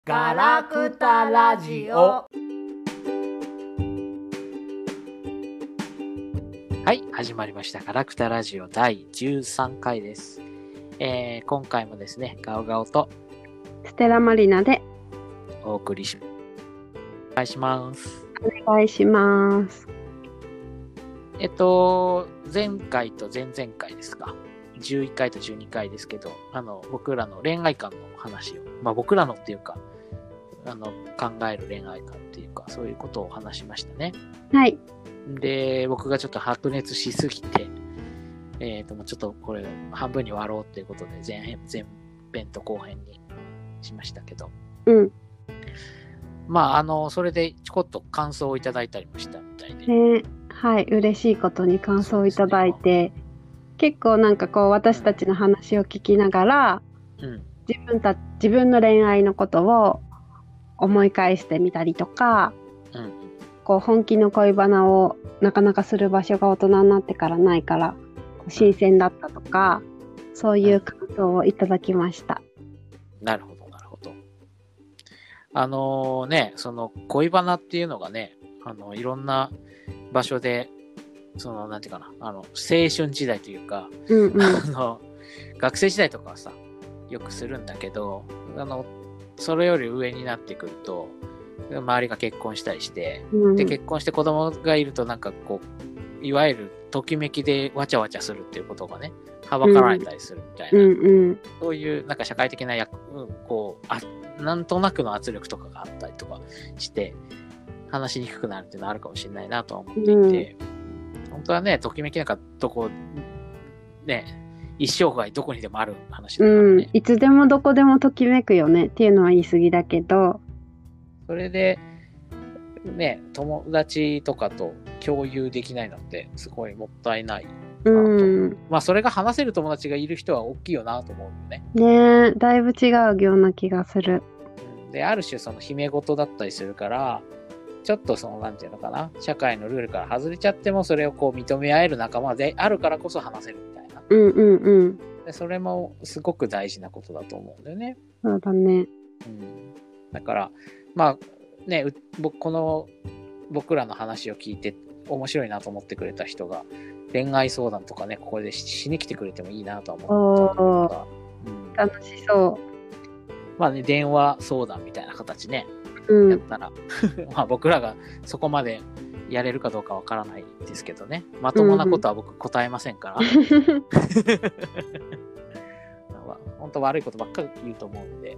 ガラクタラジオ。はい、始まりましたガラクタラジオ第13回です。今回もですね、ガオガオとステラマリナでお送りします。お願いします。 お願いします。 前回と前々回ですか、11回と12回ですけど、僕らの恋愛観の話を、僕らのっていうか、考える恋愛観っていうか、そういうことを話しましたね。 はい。 で、僕がちょっと白熱しすぎて、もうちょっとこれ半分に割ろうっていうことで前編と後編にしましたけど。 うん。 それでちょこっと感想をいただいたりもしたみたいで。 はい、嬉しいことに感想をいただいて、結構なんかこう私たちの話を聞きながら、自分の恋愛のことを思い返してみたりとか、こう本気の恋バナをなかなかする場所が大人になってからないから新鮮だったとか、そういう感想をいただきました。 なるほどなるほど。その恋バナっていうのがね、いろんな場所でなんていうかな、青春時代というか、学生時代とかはさ、よくするんだけど、それより上になってくると、周りが結婚したりして、で、結婚して子供がいるとなんかこう、いわゆるときめきでわちゃわちゃするっていうことがね、はばかられたりするみたいな、そういうなんか社会的ななんとなくの圧力とかがあったりとかして、話しにくくなるっていうのはあるかもしれないなとは思っていて、本当はね、ときめきなんか一生涯どこにでもある話だからね。 いつでもどこでもときめくよねっていうのは言い過ぎだけど、 それでね、友達とかと共有できないのってすごいもったいないなと。それが話せる友達がいる人は大きいよなと思うよね。 ねえ、だいぶ違うような気がする。 で、ある種その秘め事だったりするから、ちょっとなんていうのかな、社会のルールから外れちゃってもそれをこう認め合える仲間であるからこそ話せるみたいな。でそれもすごく大事なことだと思うんだよね。 そうだね。 だから僕らの話を聞いて面白いなと思ってくれた人が恋愛相談とかね、ここでしに来てくれてもいいなと思ってた。 楽しそう。 電話相談みたいな形ね。やったら僕らがそこまでやれるかどうかわからないですけどね、まともなことは僕答えませんから、本当悪いことばっかり言うと思うんで、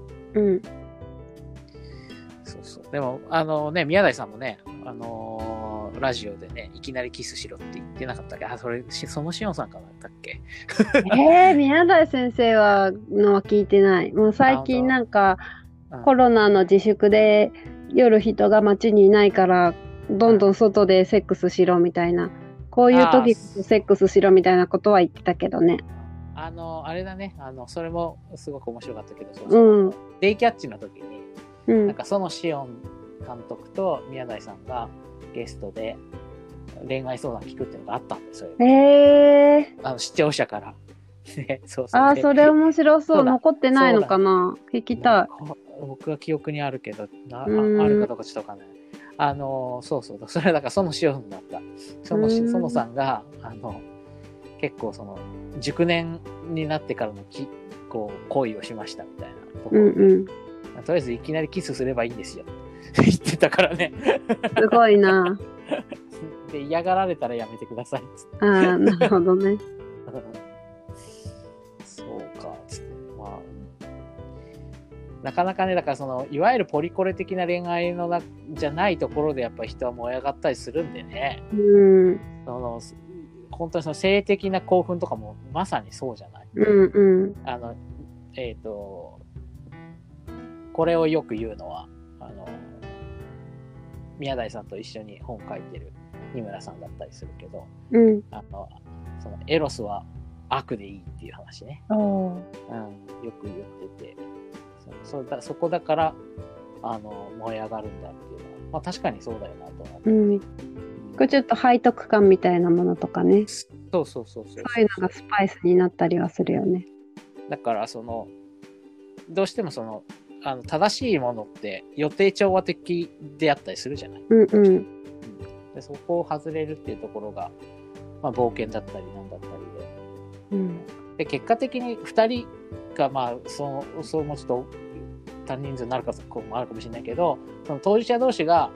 そうでも宮台さんもね、ラジオでね、いきなりキスしろって言ってなかったっけ？そのしおんさんからだったっけ？ 宮台先生は聞いてない。もう最近なんかコロナの自粛で夜人が街にいないからどんどん外でセックスしろみたいな、こういう時セックスしろみたいなことは言ってたけどね。 あれだね、それもすごく面白かったけど、デイキャッチの時に、なんかそのしおん監督と宮台さんがゲストで恋愛相談聞くっていうのがあったんですよ。視聴者からそれ面白そう。残ってないのかな、聞きたい。 僕は記憶にあるけど、あるかどうかちょっとわかんない。それだからそのしおんだった。そのさんが結構熟年になってからの恋をしましたみたいなところで、とりあえずいきなりキスすればいいんですよって言ってたからね。 すごいな。 で、嫌がられたらやめてくださいっつって。 なるほどね。 そうかつって、なかなかね、だからいわゆるポリコレ的な恋愛のじゃないところでやっぱり人は燃え上がったりするんでね。本当に性的な興奮とかもまさにそうじゃない。これをよく言うのは宮台さんと一緒に本書いてる二村さんだったりするけど、エロスは悪でいいっていう話ね。よく言ってて、そこだから燃え上がるんだっていうのは、確かにそうだよなと思って、 これちょっと背徳感みたいなものとかね、 そういうのがスパイスになったりはするよね。 だからどうしても正しいものって予定調和的であったりするじゃない。 うんうん。 でそこを外れるっていうところが、まあ、冒険だったりなんだったりで。で、結果的に2人が、まあ、そうもちょっと多人数になるかもあるかもしれないけど、その当事者同士が、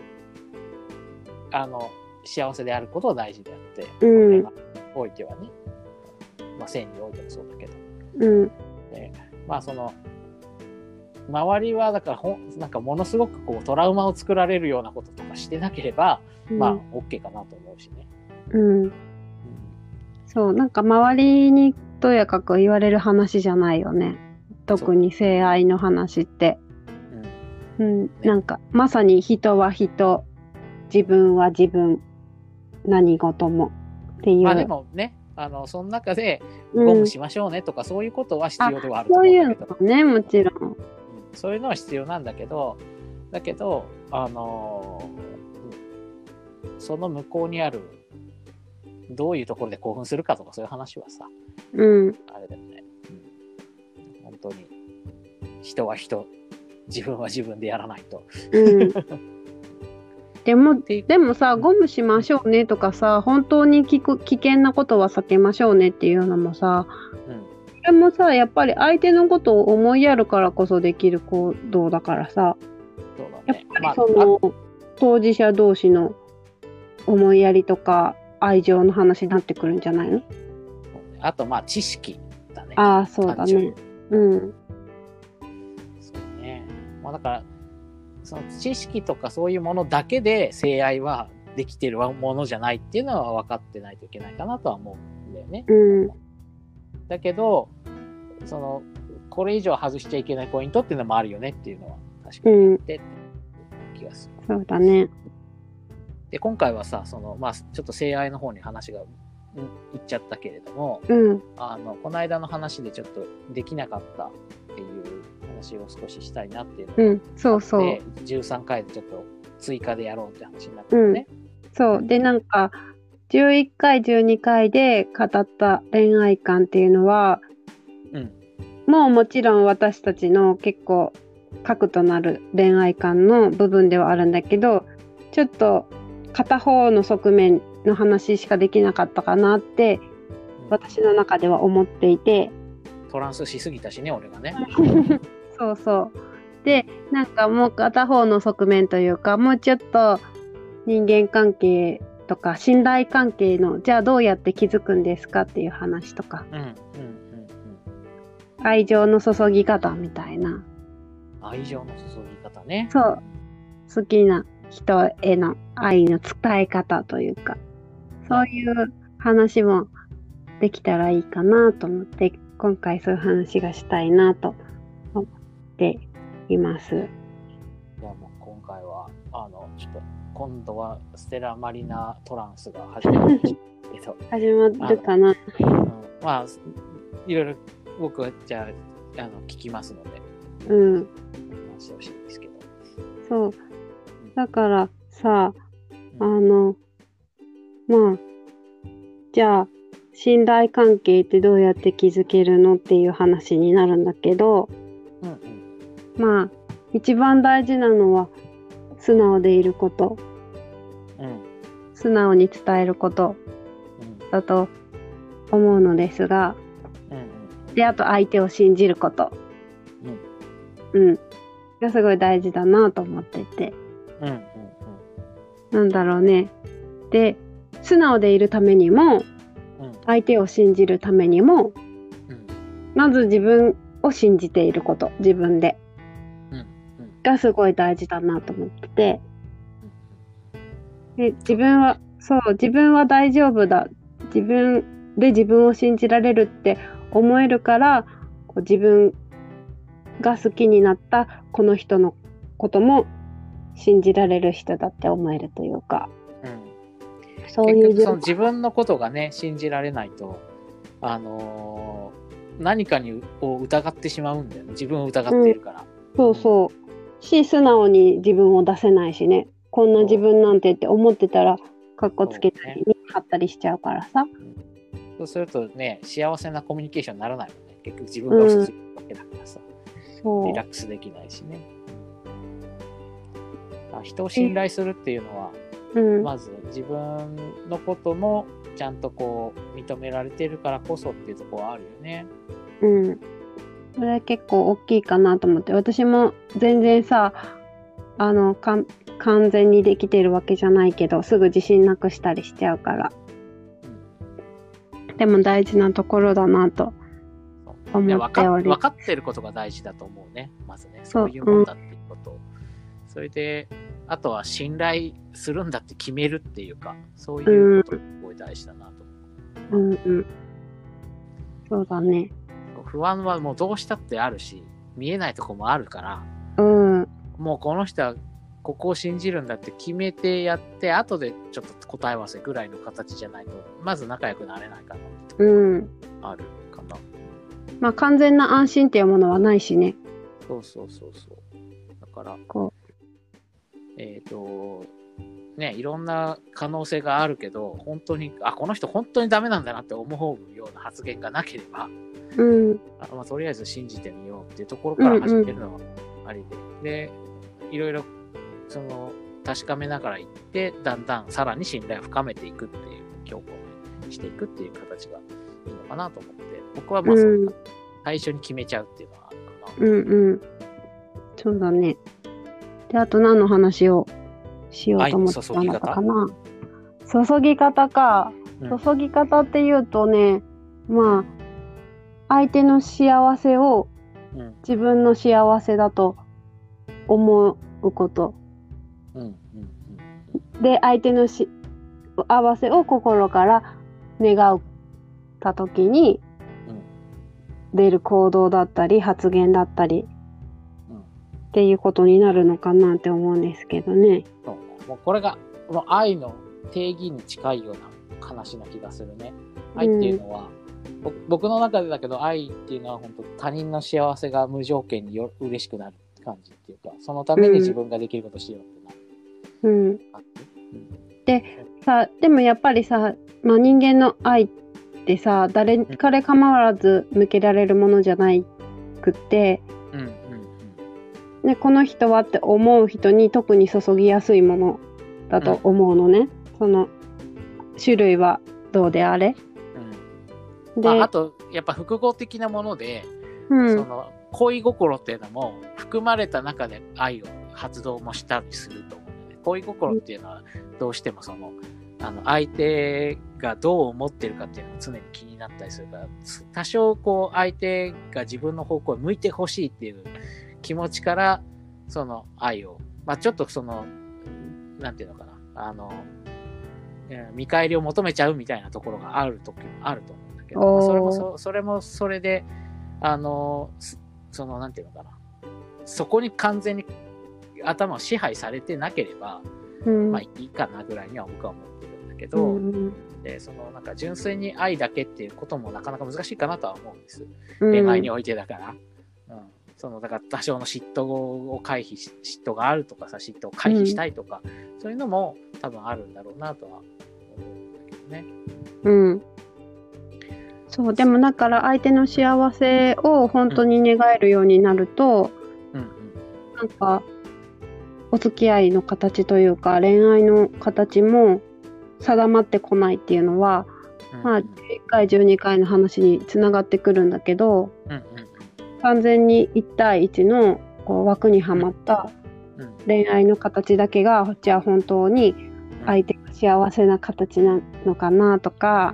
幸せであることは大事であって、おいてはね、まあ、性においてもそうだけど。でまあ、周りはだからなんかものすごくこうトラウマを作られるようなこととかしてなければ、まあ OK かなと思うしね。 そう、なんか周りにとやかく言われる話じゃないよね。特に性愛の話って。なんかまさに人は人、自分は自分、何事もっていう。 まあでもね、その中でゴムしましょうねとか、そういうことは必要ではあると思うんだけど。 そういうのね、もちろん。 そういうのは必要なんだけど、その向こうにあるどういうところで興奮するかとかそういう話はさ、あれだよね、本当に人は人、自分は自分でやらないと。でもさ、ゴムしましょうねとかさ、本当に危険なことは避けましょうねっていうのもさ、それもさ、やっぱり相手のことを思いやるからこそできる行動だからさ、やっぱり当事者同士の思いやりとか愛情の話になってくるんじゃないの？ あとまあ知識だね。 そうだね。そうね。まあだからその知識とかそういうものだけで性愛はできてるものじゃないっていうのは分かってないといけないかなとは思うんだよね。だけどこれ以上外しちゃいけないポイントっていうのもあるよねっていうのは確かにあって気がする。 そうだね。 で今回はさまあちょっと性愛の方に話がいっちゃったけれども、この間の話でちょっとできなかったっていう話を少ししたいなっていうのがあって、13回でちょっと追加でやろうって話になったね。 そうでなんか11回12回で語った恋愛観っていうのは、もちろん私たちの結構核となる恋愛観の部分ではあるんだけど、ちょっと片方の側面の話しかできなかったかなって私の中では思っていて、 トランスしすぎたしね俺がね。 そうでなんかもう片方の側面というか、もうちょっと人間関係とか信頼関係のじゃあどうやって築くんですかっていう話とか、愛情の注ぎ方みたいな。 愛情の注ぎ方ね。 そう好きな人への愛の伝え方というか、そういう話もできたらいいかなと思って、今回そういう話がしたいなと思っています。いやもう今回はちょっと今度はステラマリナトランスが始まるけど始まるかな。 まあいろいろ僕はじゃあ聞きますので、話してほしいんですけど。 そうだからさ、じゃあ信頼関係ってどうやって築けるのっていう話になるんだけど、一番大事なのは素直でいること、素直に伝えることだと思うのですが、であと相手を信じること、がすごい大事だなと思ってて、なんだろうね。で素直でいるためにも、相手を信じるためにも、まず自分を信じていること、自分で、がすごい大事だなと思ってて、で自分は大丈夫だ、自分で自分を信じられるって思えるから、自分が好きになったこの人のことも信じられる人だって思えるというか、そういう結局その自分のことがね信じられないと何かを疑ってしまうんだよね。自分を疑っているから、 素直に自分を出せないしね。こんな自分なんてって思ってたらカッコつけたり貼ったりしちゃうからさ、 そうするとね幸せなコミュニケーションにならないもんね。結局自分が嘘ついてるわけだからさ、 そうリラックスできないしね。人を信頼するっていうのは、まず自分のこともちゃんとこう認められてるからこそっていうところはあるよね。 それ結構大きいかなと思って、私も全然さ完全にできてるわけじゃないけど、すぐ自信なくしたりしちゃうから、でも大事なところだなと思っており、 分かってることが大事だと思うね。まずね、そういうもんだっていうこと、それであとは信頼するんだって決めるっていうか、そういうことがすごい大事だなと思う。 そうだね。 不安はもうどうしたってあるし、見えないとこもあるから、もうこの人はここを信じるんだって決めてやって、後でちょっと答え合わせぐらいの形じゃないと、まず仲良くなれないかなってところあるかな。 まあ完全な安心っていうものはないしね。 そう。だからね、いろんな可能性があるけど、本当にこの人本当にダメなんだなって思うような発言がなければ、とりあえず信じてみようっていうところから始めるのはありで、でいろいろその確かめながらいって、だんだんさらに信頼を深めていくっていう、強固にしていくっていう形がいいのかなと思って、僕は最初に決めちゃうっていうのはあるかな。 そうだね。で、あと何の話をしようと思ってたのかな。注ぎ方か。注ぎ方っていうとね、まあ相手の幸せを自分の幸せだと思うこと、で相手の幸せを心から願った時に出る行動だったり発言だったりっていうことになるのかなって思うんですけどね。 もうこれがもう愛の定義に近いような話な気がするね。愛っていうのは、僕の中でだけど、愛っていうのは本当他人の幸せが無条件に嬉しくなる感じっていうか、そのために自分ができることしようってなる。 でさ、でもやっぱりさ、人間の愛ってさ、誰彼構わらず向けられるものじゃないくって、でこの人はって思う人に特に注ぎやすいものだと思うのね。その種類はどうであれ。 で、あとやっぱ複合的なもので、その恋心っていうのも含まれた中で愛を発動もしたりすると思うので、恋心っていうのはどうしてもその相手がどう思ってるかっていうのが常に気になったりするから、多少こう相手が自分の方向へ向いてほしいっていう気持ちからその愛を、ちょっとそのなんていうのかな、見返りを求めちゃうみたいなところがある時もあると思うんだけど、それもそれでそのなんていうのかな、そこに完全に頭を支配されてなければ、いいかなぐらいには僕は思ってるんだけど、でそのなんか純粋に愛だけっていうこともなかなか難しいかなとは思うんです。恋愛においてだから。だから多少の嫉妬を回避し、嫉妬があるとかさ、嫉妬を回避したいとか、そういうのも多分あるんだろうなとは思うんだけどね。 そう、でもだから相手の幸せを本当に願えるようになると、なんかお付き合いの形というか恋愛の形も定まってこないっていうのは、11回12回の話につながってくるんだけど、完全に1対1のこう枠にはまった恋愛の形だけが、じゃあ本当に相手が幸せな形なのかなとか、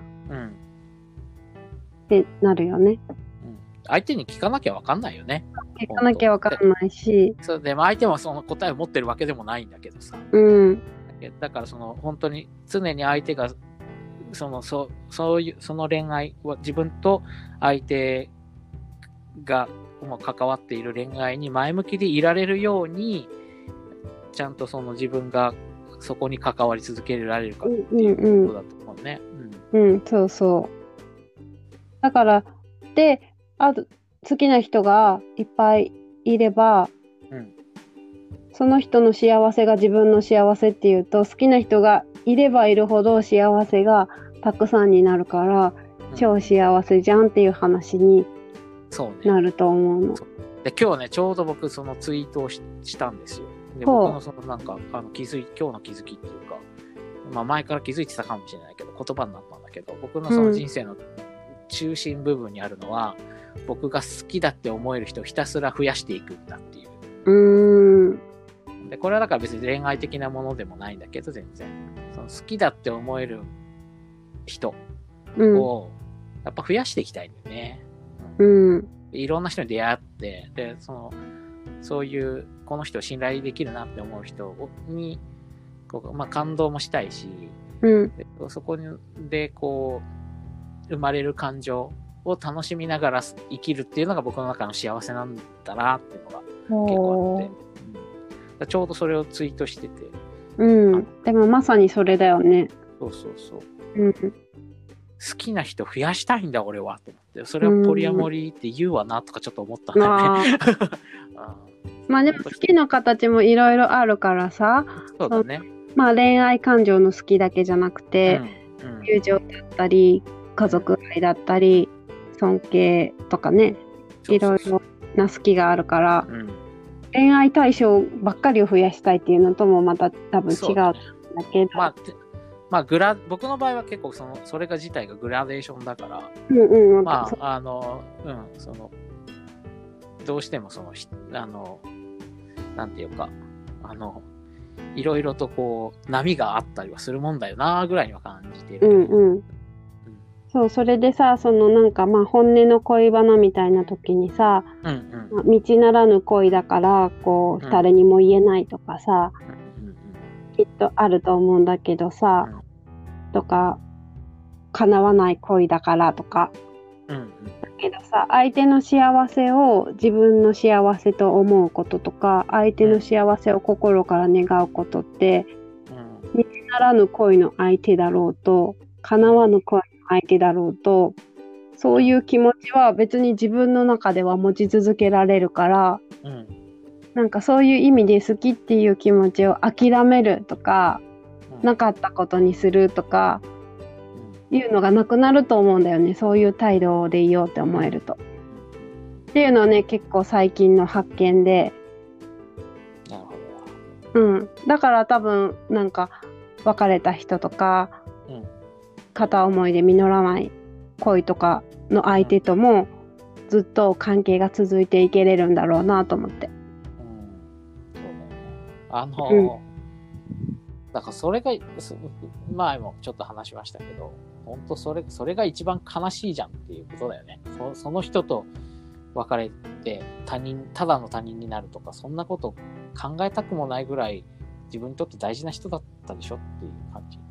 ってなるよね。 相手に聞かなきゃ分かんないよね。 聞かなきゃ分かんないし、 そうでも相手もその答えを持ってるわけでもないんだけどさ。だからその本当に常に相手がそういうその恋愛は自分と相手が関わっている恋愛に前向きでいられるように、ちゃんとその自分がそこに関わり続けられるかっていうことだと思うね。 そうそう。だからで、好きな人がいっぱいいれば、その人の幸せが自分の幸せっていうと、好きな人がいればいるほど幸せがたくさんになるから、超幸せじゃんっていう話になると思うの。 で、今日ね、ちょうど僕そのツイートをしたんですよ。で、僕のそのなんか、今日の気づきっていうか、まあ前から気づいてたかもしれないけど、言葉になったんだけど、僕のその人生の中心部分にあるのは、僕が好きだって思える人をひたすら増やしていくんだっていう。で、これはだから別に恋愛的なものでもないんだけど、全然。その好きだって思える人を、やっぱ増やしていきたいんだよね。いろんな人に出会って、で、そういう、この人を信頼できるなって思う人に、まあ、感動もしたいし、でそこで、こう、生まれる感情を楽しみながら生きるっていうのが僕の中の幸せなんだなっていうのが結構あって、ちょうどそれをツイートしてて。 でもまさにそれだよね。 そう。好きな人増やしたいんだ俺はと思って、それはポリアモリーって言うわなとかちょっと思ったんだよね。 まあでも好きの形もいろいろあるからさ。 そうだね。 まあ恋愛感情の好きだけじゃなくて、友情だったり、家族愛だったり、尊敬とかね、いろいろな好きがあるから、恋愛対象ばっかりを増やしたいっていうのともまた多分違うんだけど。 まあ僕の場合は結構それが自体がグラデーションだから、まあどうしてもなんていうかいろいろとこう波があったりはするもんだよなぐらいには感じている。 そう、それでさ、なんかまあ本音の恋バナみたいな時にさ、道ならぬ恋だからこう誰にも言えないとかさ、きっとあると思うんだけどさ、とか叶わない恋だからとか、だけどさ、相手の幸せを自分の幸せと思うこととか、相手の幸せを心から願うことって、道ならぬ恋の相手だろうと叶わぬ恋の相手だろうと、そういう気持ちは別に自分の中では持ち続けられるから、なんかそういう意味で好きっていう気持ちを諦めるとか、なかったことにするとかいうのがなくなると思うんだよね。そういう態度でいようって思えると。っていうのはね、結構最近の発見で。 なるほど。 だから多分なんか別れた人とか、片思いで実らない恋とかの相手ともずっと関係が続いていけれるんだろうなと思って。 そうだよね。だからそれが、前もちょっと話しましたけど、本当それが一番悲しいじゃんっていうことだよね。その人と別れてただの他人になるとか、そんなこと考えたくもないぐらい自分にとって大事な人だったでしょっていう感じ。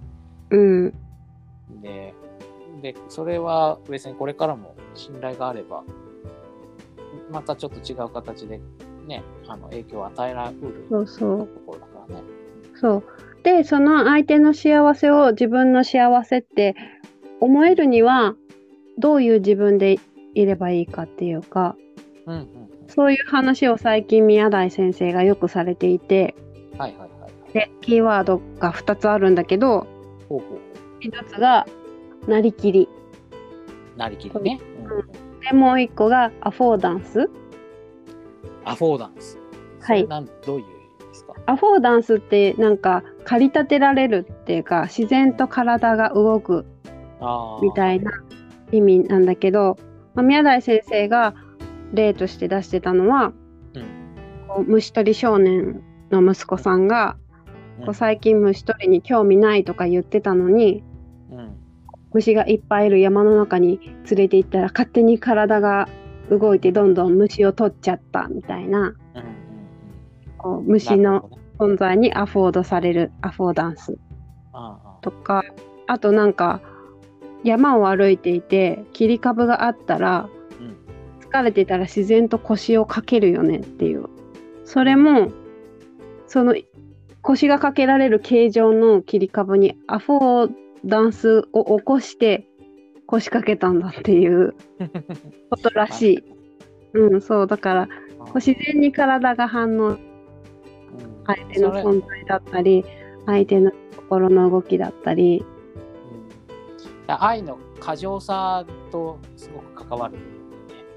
で、それは別にこれからも信頼があれば、またちょっと違う形でね、影響を与えられるところだからね。 そう。で、その相手の幸せを自分の幸せって思えるには、どういう自分でいればいいかっていうか、そういう話を最近宮台先生がよくされていて、で、キーワードが2つあるんだけど、1つがなりきり。 なりきりね。 で、もう1個がアフォーダンス。 アフォーダンス。 はい。 どういうですか？ アフォーダンスってなんか駆り立てられるっていうか、自然と体が動くみたいな意味なんだけど、宮台先生が例として出してたのは、こう虫取り少年の息子さんが、こう最近虫取りに興味ないとか言ってたのに、虫がいっぱいいる山の中に連れて行ったら勝手に体が動いてどんどん虫を取っちゃったみたいな、こう虫の存在にアフォードされるアフォーダンスとか、あとなんか山を歩いていて切り株があったら、疲れてたら自然と腰をかけるよねっていう、それもその腰がかけられる形状の切り株にアフォーダンスを起こして腰掛けたんだっていうことらしい。そうだから自然に体が反応、相手の存在だったり相手の心の動きだったり、 愛の過剰さとすごく関わるん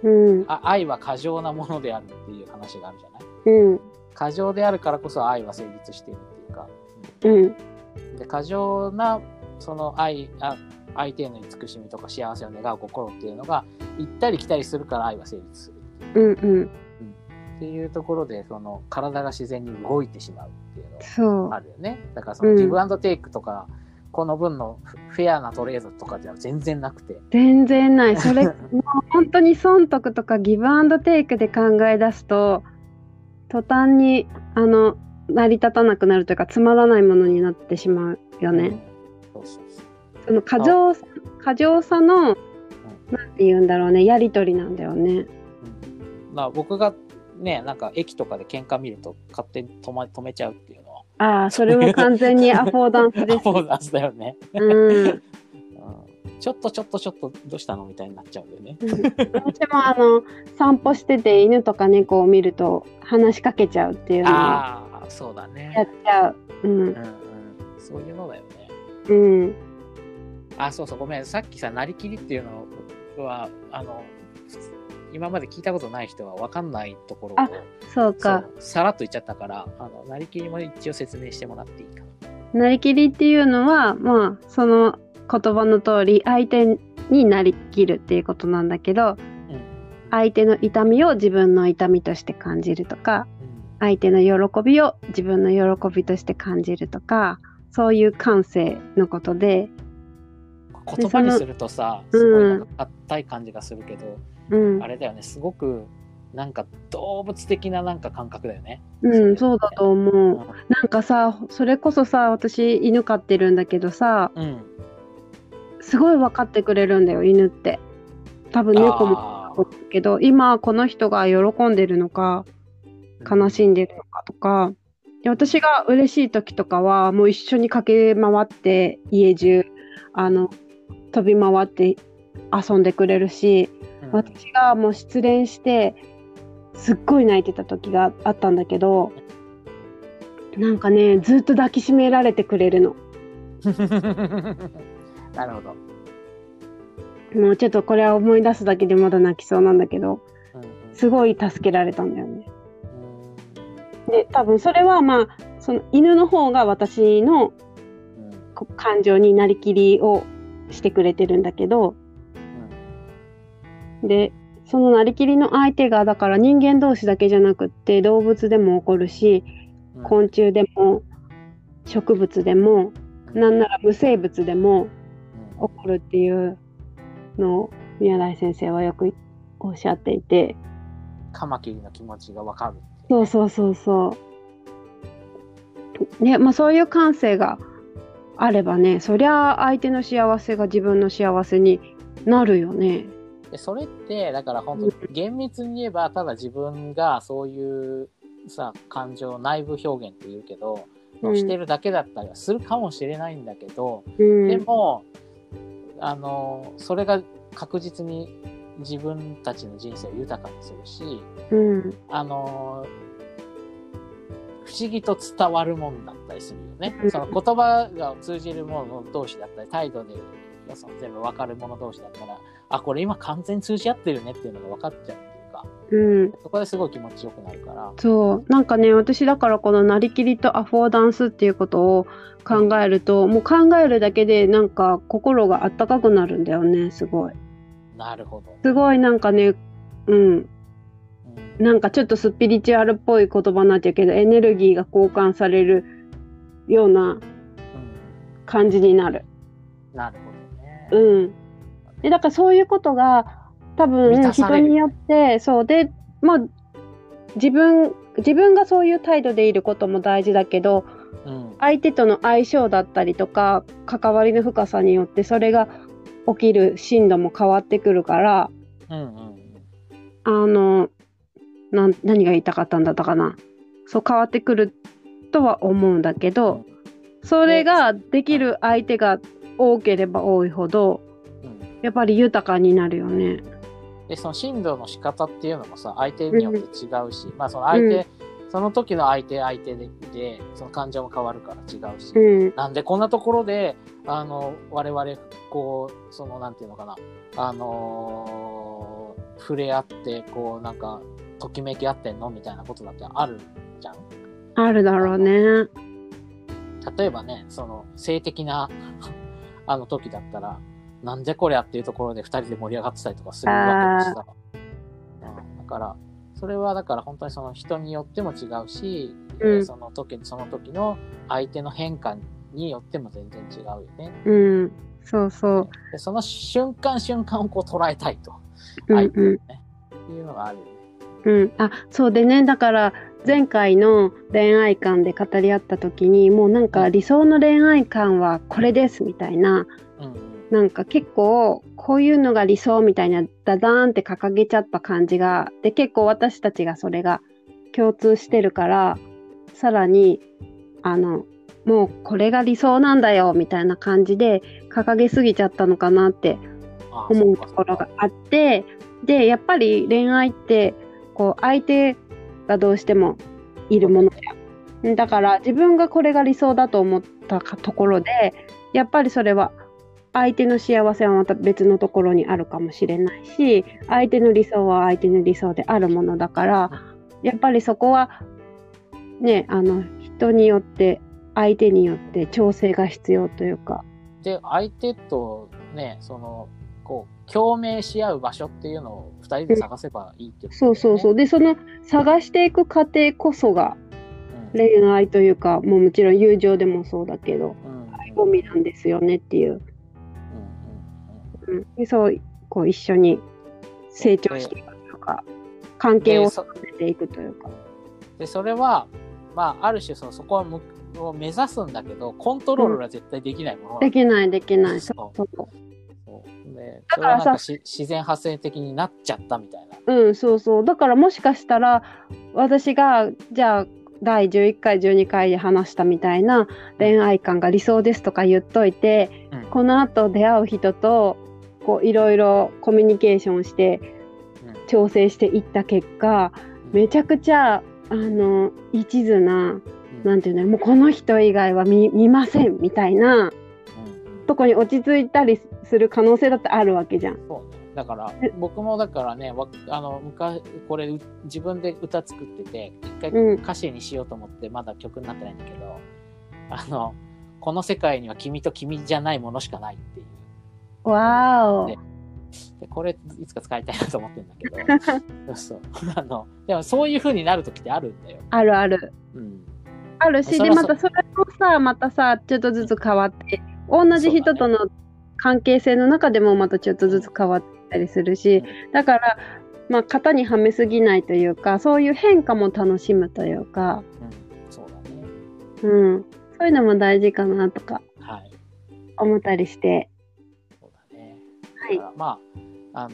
愛は過剰なものであるっていう話があるじゃない、過剰であるからこそ愛は成立しているっていうか、で過剰なその相手への慈しみとか幸せを願う心っていうのが行ったり来たりするから愛は成立するっていうところで、その体が自然に動いてしまうっていうのがあるよね。だからそのギブアンドテイクとか、この分のフェアなトレードとかでは全然なくて、 全然ない。それもう本当に損得とかギブアンドテイクで考え出すと途端に成り立たなくなるというか、つまらないものになってしまうよね。その過剰さのなんて言うんだろうね、やり取りなんだよね。 僕がね、なんか駅とかで喧嘩見ると勝手に止めちゃうっていうのは、 それも完全にアフォーダンスです。 アフォーダンスだよね。ちょっとどうしたのみたいになっちゃうんだよね。 私も散歩してて犬とか猫を見ると話しかけちゃうっていうのをそうだね。 やっちゃう。 そういうのだよね。そうそう、ごめん。さっきさ、なりきりっていうのは今まで聞いたことない人は分かんないところをそうか、 さらっと言っちゃったから、なりきりも一応説明してもらっていいかな。なりきりっていうのは、その言葉の通り相手になりきるっていうことなんだけど、相手の痛みを自分の痛みとして感じるとか、相手の喜びを自分の喜びとして感じるとか、そういう感性のことで、 言葉にするとさ、すごいなんか硬い感じがするけど、あれだよね、すごくなんか動物的ななんか感覚だよね。 そうだと思う。なんかさ、それこそさ、私犬飼ってるんだけどさ、すごい分かってくれるんだよ、犬って。多分猫もだけど、今この人が喜んでるのか悲しんでるのかとか、で私が嬉しい時とかはもう一緒に駆け回って家中飛び回って遊んでくれるし、私がもう失恋してすっごい泣いてた時があったんだけど、なんかね、ずっと抱きしめられてくれるの。 なるほど。もうちょっとこれは思い出すだけでまだ泣きそうなんだけど、すごい助けられたんだよね。で、多分それはその犬の方が私の感情になりきりをしてくれてるんだけど、でそのなりきりの相手がだから人間同士だけじゃなくって動物でも起こるし、昆虫でも植物でもなんなら無生物でも起こるっていうのを宮台先生はよくおっしゃっていて、 カマキリの気持ちがわかる。 そうね、そういう感性があればね、そりゃ相手の幸せが自分の幸せになるよね。 でそれってだから本当厳密に言えばただ自分がそういうさ感情内部表現って言うけど、してるだけだったりはするかもしれないんだけど、でもそれが確実に自分たちの人生を豊かにするし、不思議と伝わるもんだったりするよね。その言葉が通じるもの同士だったり、態度でその全部分かるもの同士だったら、これ今完全に通じ合ってるねっていうのが分かっちゃうっていうか、そこですごい気持ちよくなるから。 そうなんかね、私だからこのなりきりとアフォーダンスっていうことを考えると、もう考えるだけでなんか心があったかくなるんだよね。すごい。 なるほど。 すごいなんかね、なんかちょっとスピリチュアルっぽい言葉になっちゃうけど、エネルギーが交換されるような感じになる。 なるほどね。 でだからそういうことが多分人によってそうで、自分がそういう態度でいることも大事だけど、相手との相性だったりとか関わりの深さによってそれが起きる深度も変わってくるから、何が言いたかったんだったかな。そう変わってくるとは思うんだけど、それができる相手が多ければ多いほど、やっぱり豊かになるよね。 でその振動の仕方っていうのもさ、相手によって違うし、その相手、その時の相手でその感情も変わるから違うし、なんでこんなところで我々こうそのなんていうのかな、 触れ合って、こうなんか、ときめき合ってんのみたいなことだってあるじゃん。 あるだろうね。 例えばね、その、性的な時だったら、なんじゃこりゃっていうところで二人で盛り上がってたりとかするわけですさ。だから、それはだから本当にその人によっても違うし、その時の相手の変化によっても全然違うよね。 そうそう。 でその瞬間をこう捉えたいと。相手ね。っていうのがあるよね。 そうでね、だから前回の恋愛観で語り合った時に、もうなんか理想の恋愛観はこれですみたいな、なんか結構こういうのが理想みたいなダダーンって掲げちゃった感じが、で結構私たちがそれが共通してるから、さらにもうこれが理想なんだよみたいな感じで掲げすぎちゃったのかなって思うところがあって、でやっぱり恋愛ってこう相手がどうしてもいるものじゃん。だから自分がこれが理想だと思ったところで、やっぱりそれは相手の幸せはまた別のところにあるかもしれないし、相手の理想は相手の理想であるものだから、やっぱりそこはね、人によって相手によって調整が必要というか。 で、相手とね、そのこう共鳴し合う場所っていうのを2人で探せばいいってこと、ね、 そうで、その探していく過程こそが恋愛というか、もうもちろん友情でもそうだけど、醍醐味なんですよねっていう。でそうこう一緒に成長していくというか、関係を育てていくというか。 でそれはまあある種そこを目指すんだけど、コントロールは絶対できないもの、 できない。そうでそれはなんか自然発生的になっちゃったみたいな。そうだからもしかしたら私がじゃあ第11回12回で話したみたいな恋愛観が理想ですとか言っといて、この後出会う人とこういろいろコミュニケーションして調整していった結果、めちゃくちゃ一途な、なんていうんだろう、もうこの人以外は見ませんみたいな、とこに落ち着いたりする可能性だってあるわけじゃん。 そうね。だから僕もだからね、昔これ自分で歌作ってて一回歌詞にしようと思ってまだ曲になってないんだけど、この世界には君と君じゃないものしかないっていう。 わーお。 でこれいつか使いたいなと思ってるんだけどそうでもそういう風になる時ってあるんだよ。 あるある、あるし、でまたそれもさまたさちょっとずつ変わって、同じ人との関係性の中でもまたちょっとずつ変わってたりするし、だからまあ型にはめすぎないというか、そういう変化も楽しむというか、 そうだね。 そういうのも大事かなとか思ったりして。 そうだね。だからまあ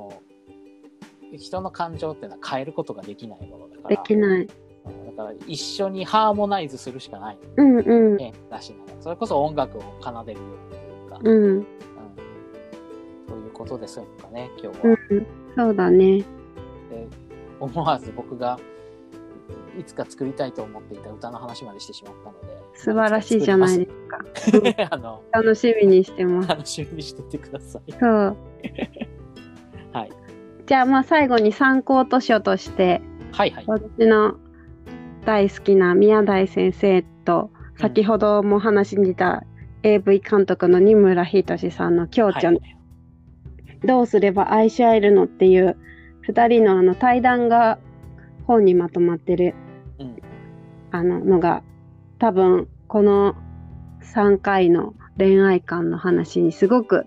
人の感情っていうのは変えることができないものだから。 できない。 だから一緒にハーモナイズするしかない。だし、それこそ音楽を奏でるようにというか。そういうことですかね、今日は。 そうだね。 で思わず僕がいつか作りたいと思っていた歌の話までしてしまったので。 素晴らしいじゃないですか。楽しみにしてます。 楽しみにしててください。 そう。 はい。 じゃあまあ最後に参考図書として、私の大好きな宮台先生と、先ほども話に出た AV 監督の二村仁さんの共著の、どうすれば愛し合えるのっていう2人の対談が本にまとまってる、のが多分この3回の恋愛観の話にすごく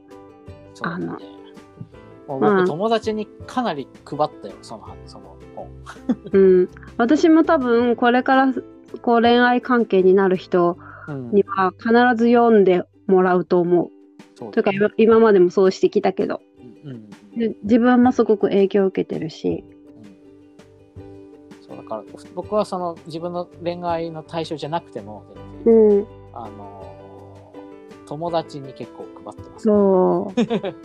僕友達にかなり配ったよ、その本。 私も多分これからこう恋愛関係になる人には必ず読んでもらうと思う。というか今までもそうしてきたけど、で自分もすごく影響を受けてるし、 そうだから僕はその自分の恋愛の対象じゃなくても、友達に結構配ってます。そう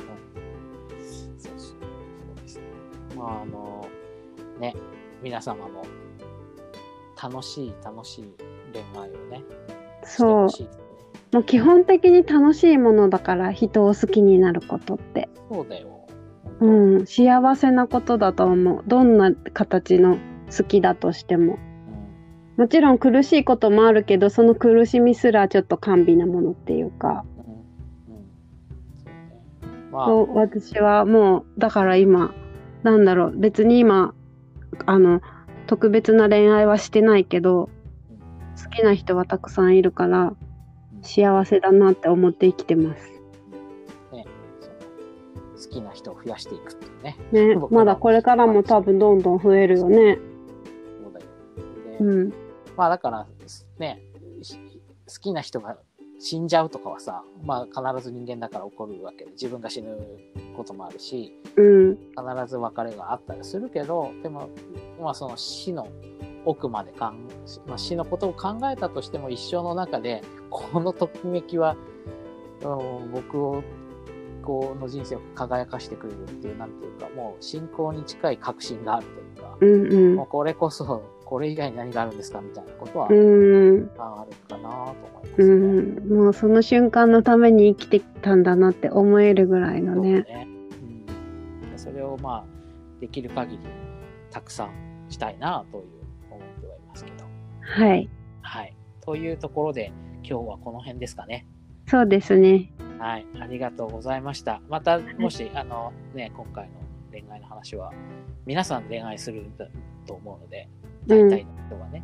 ですね。まあね、皆様も楽しい恋愛をね、 そう、もう基本的に楽しいものだから、人を好きになることって。 そうだよ、本うん、幸せなことだと思う。どんな形の好きだとしても。もちろん苦しいこともあるけど、その苦しみすらちょっと甘美なものっていうか。そう私はもう、だから今、なんだろう、別に今、特別な恋愛はしてないけど、好きな人はたくさんいるから、幸せだなって思って生きてます。 ね、好きな人を増やしていくっていうね。 ね、まだこれからも多分どんどん増えるよね。 そうだよ。 うん。 まあだから、ね、好きな人が死んじゃうとかはさ、まあ必ず人間だから起こるわけで、自分が死ぬこともあるし、 うん、 必ず別れがあったりするけど、でも、まあその死の奥までまあ、死のことを考えたとしても一生の中で、このときめきは、僕を、この人生を輝かしてくれるっていう、なんていうか、もう信仰に近い確信があるというか、もうこれこそ、これ以外に何があるんですかみたいなことは、あるかなと思いますね。 もうその瞬間のために生きてきたんだなって思えるぐらいのね。 それをまあ、できる限りたくさんしたいなという思ってはいますけど。 はい。 はい。というところで、今日はこの辺ですかね。 そうですね。 はい。ありがとうございました。また、もし、今回の恋愛の話は、皆さん恋愛すると思うので、大体の人はね、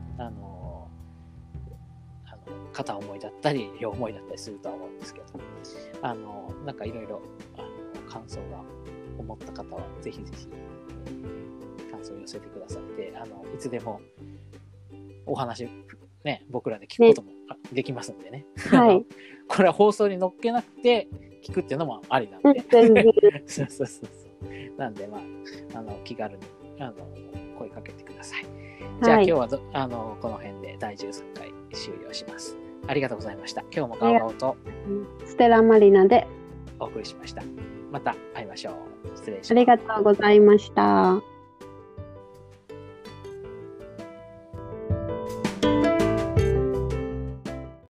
片思いだったり、両思いだったりするとは思うんですけど、なんかいろいろ、感想が思った方は、ぜひぜひ、感想を寄せてくださって、いつでもお話、ね、僕らで聞くこともできますんでね。 はい。 これは放送に乗っけなくて聞くっていうのもありなんで。そう。なんで、まあ、気軽に、声かけてください。じゃあ、今日はこの辺で第13回終了します。ありがとうございました。今日もガオガオとステラマリナでお送りしました。また会いましょう。失礼します。 ありがとうございました。